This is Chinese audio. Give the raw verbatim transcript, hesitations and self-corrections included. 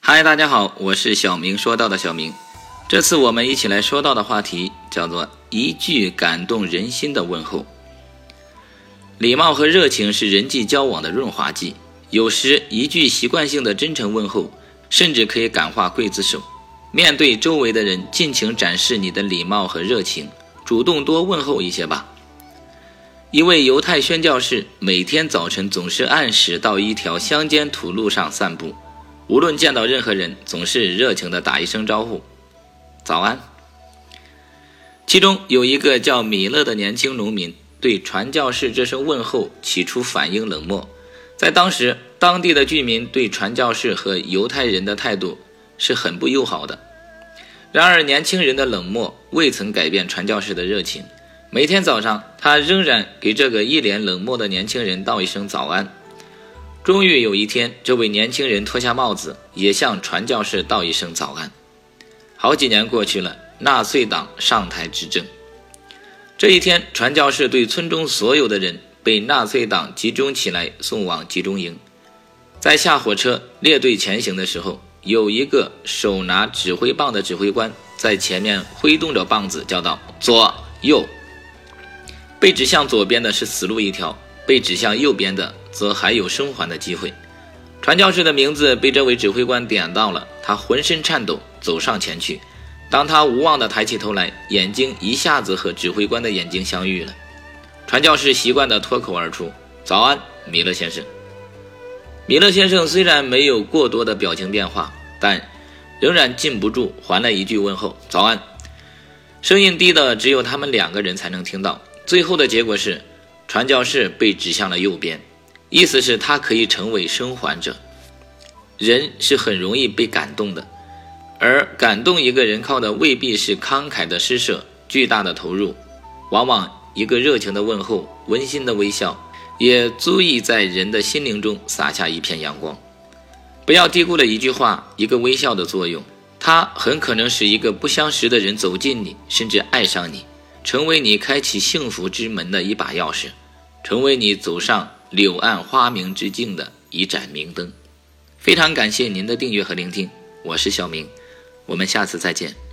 嗨，大家好，我是小明说到的小明。这次我们一起来说到的话题叫做一句感动人心的问候。礼貌和热情是人际交往的润滑剂，有时一句习惯性的真诚问候，甚至可以感化刽子手。面对周围的人，尽情展示你的礼貌和热情，主动多问候一些吧。一位犹太宣教士每天早晨总是按时到一条乡间土路上散步，无论见到任何人，总是热情地打一声招呼，早安。其中有一个叫米勒的年轻农民，对传教士这声问候起初反应冷漠。在当时，当地的居民对传教士和犹太人的态度是很不友好的。然而年轻人的冷漠未曾改变传教士的热情，每天早上他仍然给这个一脸冷漠的年轻人道一声早安。终于有一天，这位年轻人脱下帽子，也向传教士道一声早安。好几年过去了，纳粹党上台执政。这一天，传教士对村中所有的人被纳粹党集中起来送往集中营。在下火车列队前行的时候，有一个手拿指挥棒的指挥官在前面挥动着棒子叫道：左右。被指向左边的是死路一条，被指向右边的则还有生还的机会。传教士的名字被这位指挥官点到了，他浑身颤抖走上前去。当他无望地抬起头来，眼睛一下子和指挥官的眼睛相遇了。传教士习惯地脱口而出：早安，米勒先生。米勒先生虽然没有过多的表情变化，但仍然禁不住还了一句问候：早安。声音低的只有他们两个人才能听到。最后的结果是，传教士被指向了右边，意思是他可以成为生还者。人是很容易被感动的，而感动一个人靠的未必是慷慨的施舍、巨大的投入，往往一个热情的问候、温馨的微笑，也足以在人的心灵中洒下一片阳光。不要低估了一句话、一个微笑的作用，它很可能使一个不相识的人走近你，甚至爱上你，成为你开启幸福之门的一把钥匙，成为你走上柳暗花明之境的一盏明灯。非常感谢您的订阅和聆听，我是小明，我们下次再见。